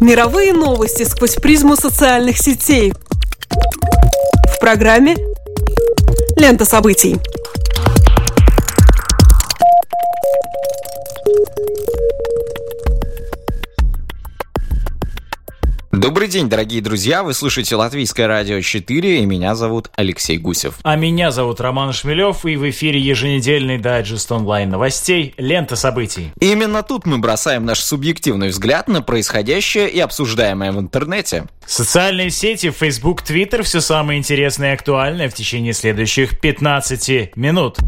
Мировые новости сквозь призму социальных сетей. В программе «Лента событий». Добрый день, дорогие друзья! Вы слушаете Латвийское радио 4, и меня зовут Алексей Гусев. А меня зовут Роман Шмелев, и в эфире еженедельный дайджест онлайн-новостей «Лента событий». И именно тут мы бросаем наш субъективный взгляд на происходящее и обсуждаемое в интернете. Социальные сети, Facebook, Twitter – все самое интересное и актуальное в течение следующих 15 минут.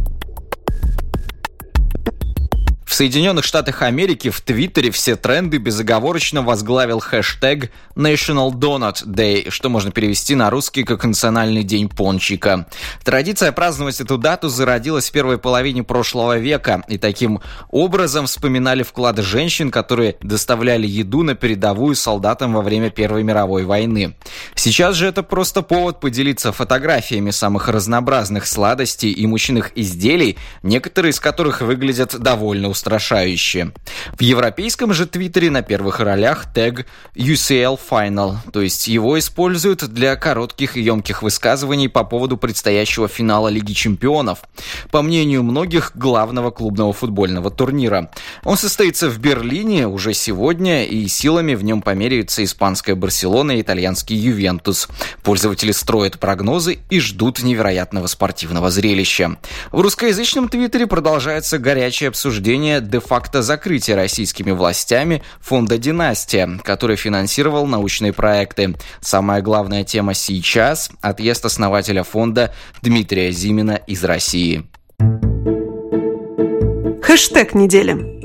В Соединенных Штатах Америки в Твиттере все тренды безоговорочно возглавил хэштег National Donut Day, что можно перевести на русский как «Национальный день пончика». Традиция праздновать эту дату зародилась в первой половине прошлого века, и таким образом вспоминали вклад женщин, которые доставляли еду на передовую солдатам во время Первой мировой войны. Сейчас же это просто повод поделиться фотографиями самых разнообразных сладостей и мучных изделий, некоторые из которых выглядят довольно устрашающе. В европейском же твиттере на первых ролях тег UCL Final, то есть его используют для коротких и емких высказываний по поводу предстоящего финала Лиги Чемпионов. По мнению многих, главного клубного футбольного турнира. Он состоится в Берлине уже сегодня, и силами в нем померяются испанская Барселона и итальянский Ювентус. Пользователи строят прогнозы и ждут невероятного спортивного зрелища. В русскоязычном твиттере продолжается горячее обсуждение де-факто закрытия российскими властями фонда «Династия», который финансировал научные проекты. Самая главная тема сейчас – отъезд основателя фонда Дмитрия Зимина из России. Хэштег недели.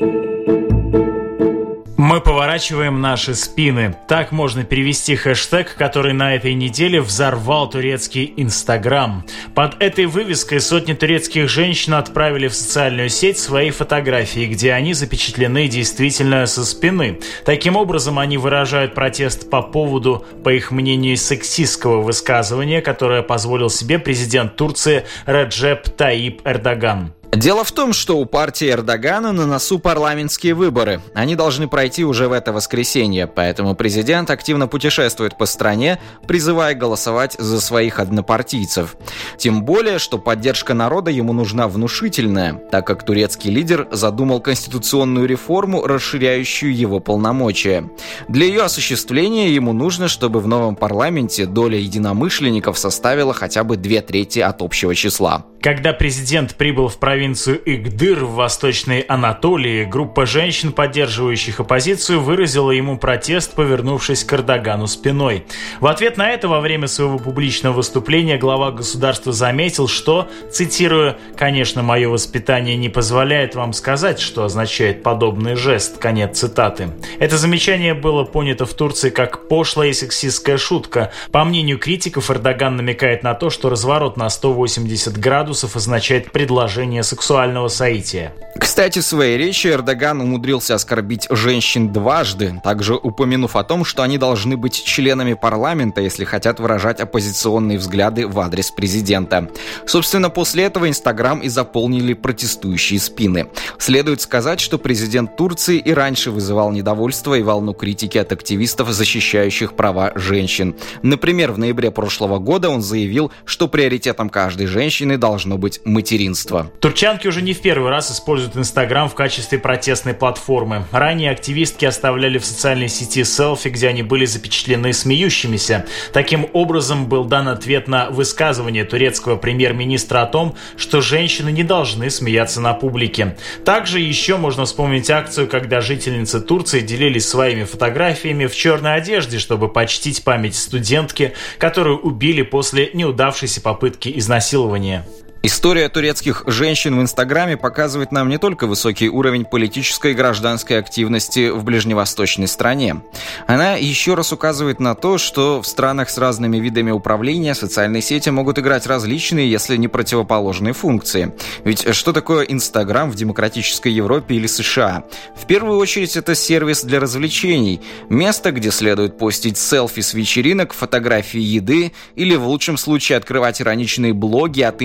Мы поворачиваем наши спины. Так можно перевести хэштег, который на этой неделе взорвал турецкий Инстаграм. Под этой вывеской сотни турецких женщин отправили в социальную сеть свои фотографии, где они запечатлены действительно со спины. Таким образом, они выражают протест по поводу, по их мнению, сексистского высказывания, которое позволил себе президент Турции Реджеп Таyyip Эрдоган. Дело в том, что у партии Эрдогана на носу парламентские выборы. Они должны пройти уже в это воскресенье, поэтому президент активно путешествует по стране, призывая голосовать за своих однопартийцев. Тем более, что поддержка народа ему нужна внушительная, так как турецкий лидер задумал конституционную реформу, расширяющую его полномочия. Для ее осуществления ему нужно, чтобы в новом парламенте доля единомышленников составила хотя бы 2/3 от общего числа. Когда президент прибыл в провинцию Игдыр в Восточной Анатолии, группа женщин, поддерживающих оппозицию, выразила ему протест, повернувшись к Эрдогану спиной. В ответ на это, во время своего публичного выступления, глава государства заметил, что, цитирую, «Конечно, мое воспитание не позволяет вам сказать, что означает подобный жест», конец цитаты. Это замечание было понято в Турции как пошлая и сексистская шутка. По мнению критиков, Эрдоган намекает на то, что разворот на 180 градусов означает предложение сексуального соития. Кстати, в своей речи Эрдоган умудрился оскорбить женщин дважды, также упомянув о том, что они должны быть членами парламента, если хотят выражать оппозиционные взгляды в адрес президента. Собственно, после этого Инстаграм и заполнили протестующие спины. Следует сказать, что президент Турции и раньше вызывал недовольство и волну критики от активистов, защищающих права женщин. Например, в ноябре прошлого года он заявил, что приоритетом каждой женщины должно быть материнство. Турчанки уже не в первый раз используют Инстаграм в качестве протестной платформы. Ранее активистки оставляли в социальной сети селфи, где они были запечатлены смеющимися. Таким образом был дан ответ на высказывание турецкого премьер-министра о том, что женщины не должны смеяться на публике. Также еще можно вспомнить акцию, когда жительницы Турции делились своими фотографиями в черной одежде, чтобы почтить память студентки, которую убили после неудавшейся попытки изнасилования. История турецких женщин в Инстаграме показывает нам не только высокий уровень политической и гражданской активности в ближневосточной стране. Она еще раз указывает на то, что в странах с разными видами управления социальные сети могут играть различные, если не противоположные функции. Ведь что такое Инстаграм в демократической Европе или США? В первую очередь это сервис для развлечений, место, где следует постить селфи с вечеринок, фотографии еды или в лучшем случае открывать ироничные блоги от имени канала,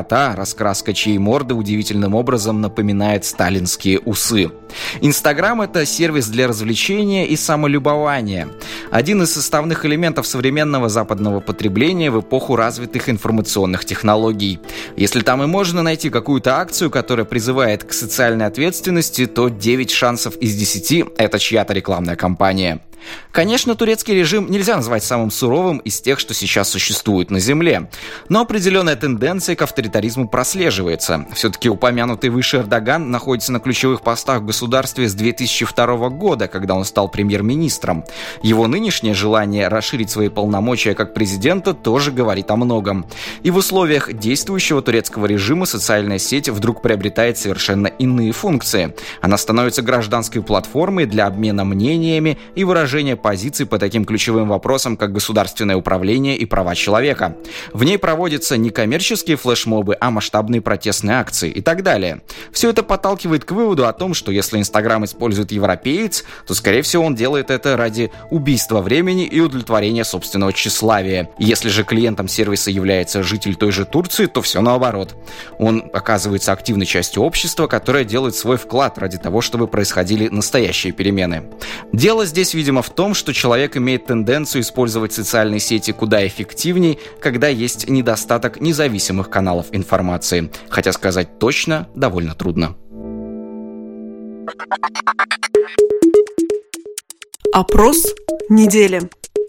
кота, раскраска чьей морды удивительным образом напоминает сталинские усы. Инстаграм — это сервис для развлечения и самолюбования. Один из составных элементов современного западного потребления в эпоху развитых информационных технологий. Если там и можно найти какую-то акцию, которая призывает к социальной ответственности, то 9 шансов из 10 — это чья-то рекламная кампания. Конечно, турецкий режим нельзя назвать самым суровым из тех, что сейчас существуют на земле. Но определенная тенденция к авторитаризму прослеживается. Все-таки упомянутый выше Эрдоган находится на ключевых постах в государстве с 2002 года, когда он стал премьер-министром. Его нынешнее желание расширить свои полномочия как президента тоже говорит о многом. И в условиях действующего турецкого режима социальная сеть вдруг приобретает совершенно иные функции. Она становится гражданской платформой для обмена мнениями и выражения позиций по таким ключевым вопросам, как государственное управление и права человека. В ней проводятся не коммерческие флешмобы, а масштабные протестные акции и так далее. Все это подталкивает к выводу о том, что если Инстаграм использует европеец, то, скорее всего, он делает это ради убийства времени и удовлетворения собственного тщеславия. Если же клиентом сервиса является житель той же Турции, то все наоборот. Он оказывается активной частью общества, которое делает свой вклад ради того, чтобы происходили настоящие перемены. Дело здесь, видимо, в том, что человек имеет тенденцию использовать социальные сети куда эффективней, когда есть недостаток независимых каналов информации. Хотя сказать точно довольно трудно. Опрос недели.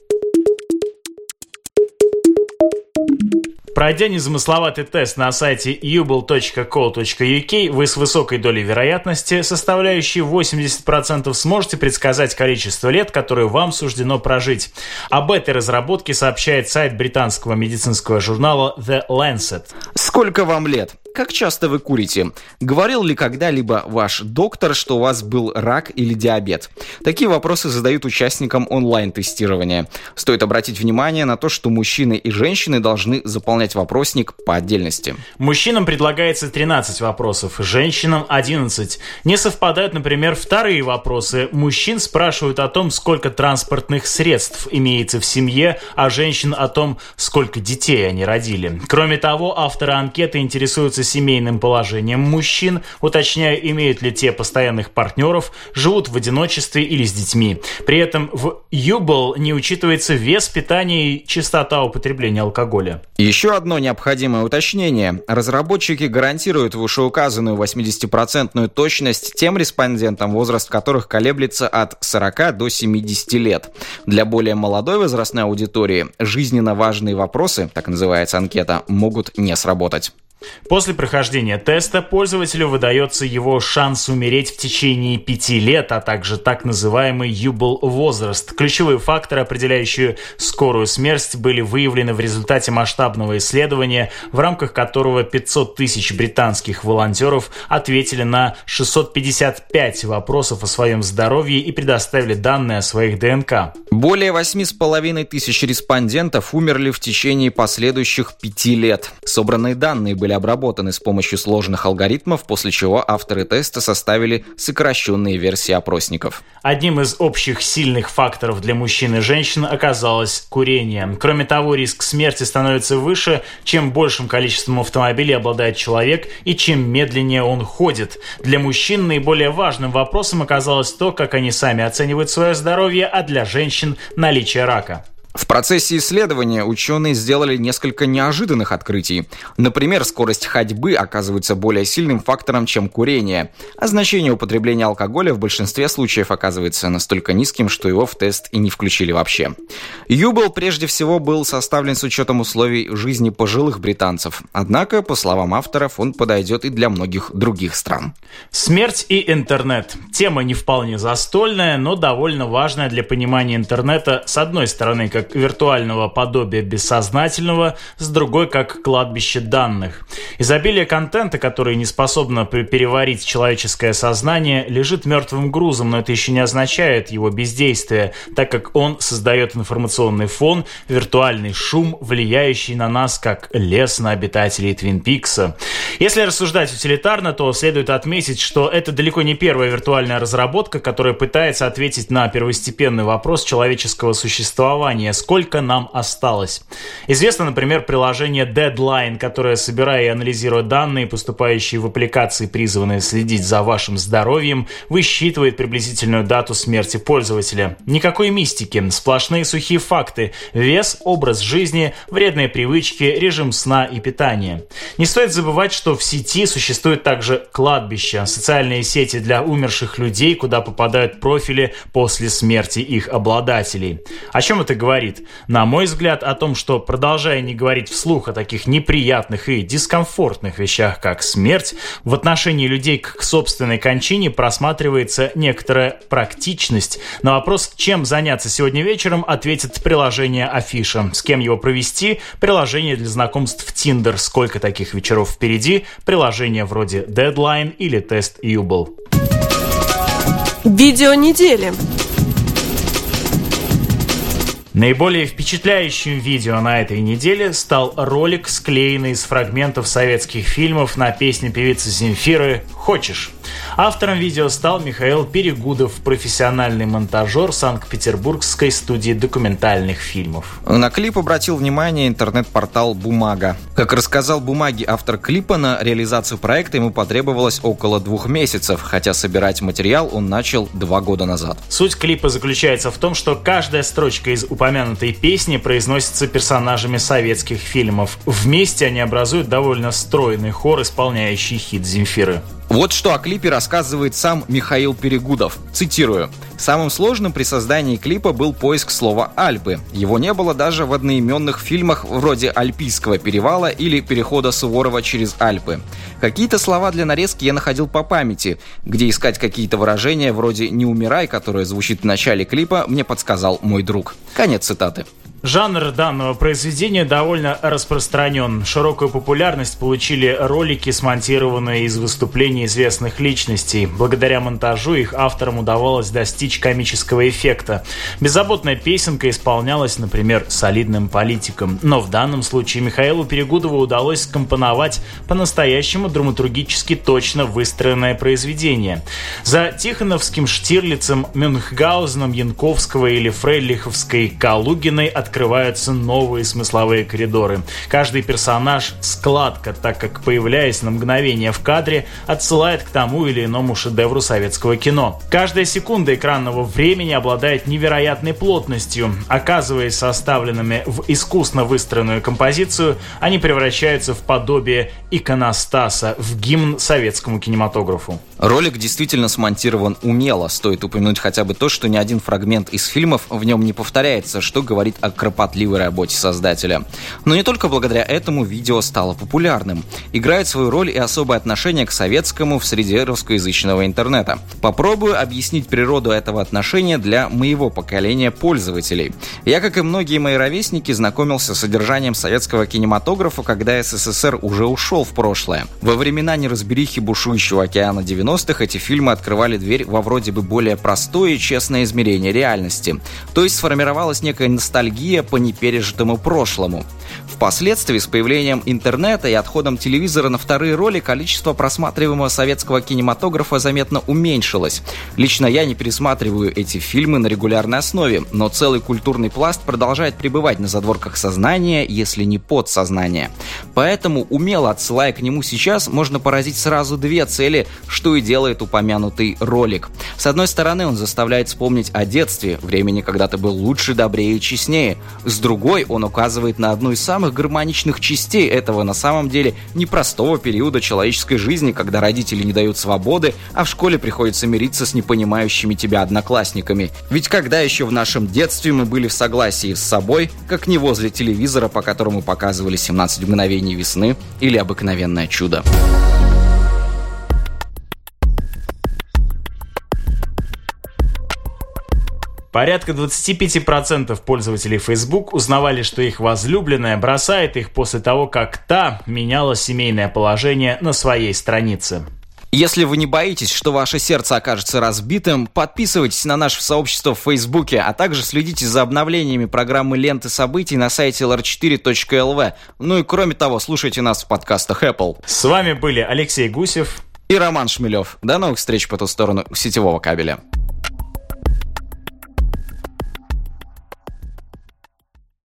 Пройдя незамысловатый тест на сайте yubl.co.uk, вы с высокой долей вероятности, составляющей 80%, сможете предсказать количество лет, которое вам суждено прожить. Об этой разработке сообщает сайт британского медицинского журнала The Lancet. Сколько вам лет? Как часто вы курите? Говорил ли когда-либо ваш доктор, что у вас был рак или диабет? Такие вопросы задают участникам онлайн-тестирования. Стоит обратить внимание на то, что мужчины и женщины должны заполнять вопросник по отдельности. Мужчинам предлагается 13 вопросов, женщинам 11. Не совпадают, например, вторые вопросы. Мужчин спрашивают о том, сколько транспортных средств имеется в семье, а женщин о том, сколько детей они родили. Кроме того, авторы анкеты интересуются семейным положением мужчин, уточняя, имеют ли те постоянных партнеров, живут в одиночестве или с детьми. При этом в Yubl не учитывается вес, питание и частота употребления алкоголя. Еще одно необходимое уточнение. Разработчики гарантируют вышеуказанную 80% точность тем респондентам, возраст которых колеблется от 40 до 70 лет. Для более молодой возрастной аудитории жизненно важные вопросы, так называется анкета, могут не сработать. После прохождения теста пользователю выдается его шанс умереть в течение 5 лет, а также так называемый Yubl-возраст. Ключевые факторы, определяющие скорую смерть, были выявлены в результате масштабного исследования, в рамках которого 500 тысяч британских волонтеров ответили на 655 вопросов о своем здоровье и предоставили данные о своих ДНК. Более 8,5 тысяч респондентов умерли в течение последующих 5 лет. Собранные данные были обработаны с помощью сложных алгоритмов, после чего авторы теста составили сокращенные версии опросников. Одним из общих сильных факторов для мужчин и женщин оказалось курение. Кроме того, риск смерти становится выше, чем большим количеством автомобилей обладает человек и чем медленнее он ходит. Для мужчин наиболее важным вопросом оказалось то, как они сами оценивают свое здоровье, а для женщин – наличие рака. В процессе исследования ученые сделали несколько неожиданных открытий. Например, скорость ходьбы оказывается более сильным фактором, чем курение, а значение употребления алкоголя в большинстве случаев оказывается настолько низким, что его в тест и не включили вообще. Yubl прежде всего был составлен с учетом условий жизни пожилых британцев, однако, по словам авторов, он подойдет и для многих других стран. Смерть и интернет. Тема не вполне застольная, но довольно важная для понимания интернета, с одной стороны, как виртуального подобия бессознательного, с другой как кладбище данных. Изобилие контента, который не способно переварить человеческое сознание, лежит мертвым грузом, но это еще не означает его бездействие, так как он создает информационный фон, виртуальный шум, влияющий на нас как лес на обитателей Твин Пикса. Если рассуждать утилитарно, то следует отметить, что это далеко не первая виртуальная разработка, которая пытается ответить на первостепенный вопрос человеческого существования. времени, сколько нам осталось. Известно, например, приложение Deadline, которое, собирая и анализируя данные, поступающие в аппликации, призванные следить за вашим здоровьем, высчитывает приблизительную дату смерти пользователя. Никакой мистики, сплошные сухие факты: вес, образ жизни, вредные привычки, режим сна и питания. Не стоит забывать, что в сети существует также кладбище, социальные сети для умерших людей, куда попадают профили после смерти их обладателей. О чем это говорит? На мой взгляд, о том, что, продолжая не говорить вслух о таких неприятных и дискомфортных вещах, как смерть, в отношении людей к собственной кончине просматривается некоторая практичность. На вопрос, чем заняться сегодня вечером, ответит приложение Афиша. С кем его провести? Приложение для знакомств Tinder. Сколько таких вечеров впереди? Приложение вроде Deadline или Тест Юбл. Видео недели. Наиболее впечатляющим видео на этой неделе стал ролик, склеенный из фрагментов советских фильмов на песню певицы Земфиры «Хочешь?». Автором видео стал Михаил Перегудов, профессиональный монтажер Санкт-Петербургской студии документальных фильмов. На клип обратил внимание интернет-портал «Бумага». Как рассказал «Бумаге» автор клипа, на реализацию проекта ему потребовалось около 2 месяцев, хотя собирать материал он начал 2 года назад. Суть клипа заключается в том, что каждая строчка из упомянутой песни произносится персонажами советских фильмов. Вместе они образуют довольно стройный хор, исполняющий хит Земфиры. Вот что о клипе рассказывает сам Михаил Перегудов. Цитирую. «Самым сложным при создании клипа был поиск слова «Альпы». Его не было даже в одноименных фильмах вроде «Альпийского перевала» или «Перехода Суворова через Альпы». Какие-то слова для нарезки я находил по памяти, где искать какие-то выражения вроде «Не умирай», которое звучит в начале клипа, мне подсказал мой друг». Конец цитаты. Жанр данного произведения довольно распространен. Широкую популярность получили ролики, смонтированные из выступлений известных личностей. Благодаря монтажу их авторам удавалось достичь комического эффекта. Беззаботная песенка исполнялась, например, солидным политиком. Но в данном случае Михаилу Перегудову удалось скомпоновать по-настоящему драматургически точно выстроенное произведение. За Тихоновским, Штирлицем, Мюнхгаузеном, Янковского или Фрейдлиховской Калугиной открываются новые смысловые коридоры. Каждый персонаж — складка, так как, появляясь на мгновение в кадре, отсылает к тому или иному шедевру советского кино. Каждая секунда экранного времени обладает невероятной плотностью. Оказываясь составленными в искусно выстроенную композицию, они превращаются в подобие иконостаса, в гимн советскому кинематографу. Ролик действительно смонтирован умело. Стоит упомянуть хотя бы то, что ни один фрагмент из фильмов в нем не повторяется, что говорит о кропотливой работе создателя. Но не только благодаря этому видео стало популярным. Играет свою роль и особое отношение к советскому в среде русскоязычного интернета. Попробую объяснить природу этого отношения для моего поколения пользователей. Я, как и многие мои ровесники, знакомился с содержанием советского кинематографа, когда СССР уже ушел в прошлое. Во времена неразберихи бушующего океана 90-х эти фильмы открывали дверь во вроде бы более простое и честное измерение реальности. То есть сформировалась некая ностальгия по непережитому прошлому. Впоследствии, с появлением интернета и отходом телевизора на вторые роли, количество просматриваемого советского кинематографа заметно уменьшилось. Лично я не пересматриваю эти фильмы на регулярной основе, но целый культурный пласт продолжает пребывать на задворках сознания, если не подсознания. Поэтому, умело отсылая к нему сейчас, можно поразить сразу 2 цели, что и делает упомянутый ролик. С одной стороны, он заставляет вспомнить о детстве, времени, когда ты был лучше, добрее и честнее. С другой, он указывает на одну из самых гармоничных частей этого на самом деле непростого периода человеческой жизни, когда родители не дают свободы, а в школе приходится мириться с непонимающими тебя одноклассниками. Ведь когда еще в нашем детстве мы были в согласии с собой, как не возле телевизора, по которому показывали 17 мгновений весны или обыкновенное чудо. Порядка 25% пользователей Facebook узнавали, что их возлюбленная бросает их после того, как та меняла семейное положение на своей странице. Если вы не боитесь, что ваше сердце окажется разбитым, подписывайтесь на наше сообщество в Фейсбуке, а также следите за обновлениями программы «Ленты событий» на сайте lr4.lv. Ну и кроме того, слушайте нас в подкастах Apple. С вами были Алексей Гусев и Роман Шмелев. До новых встреч по ту сторону сетевого кабеля.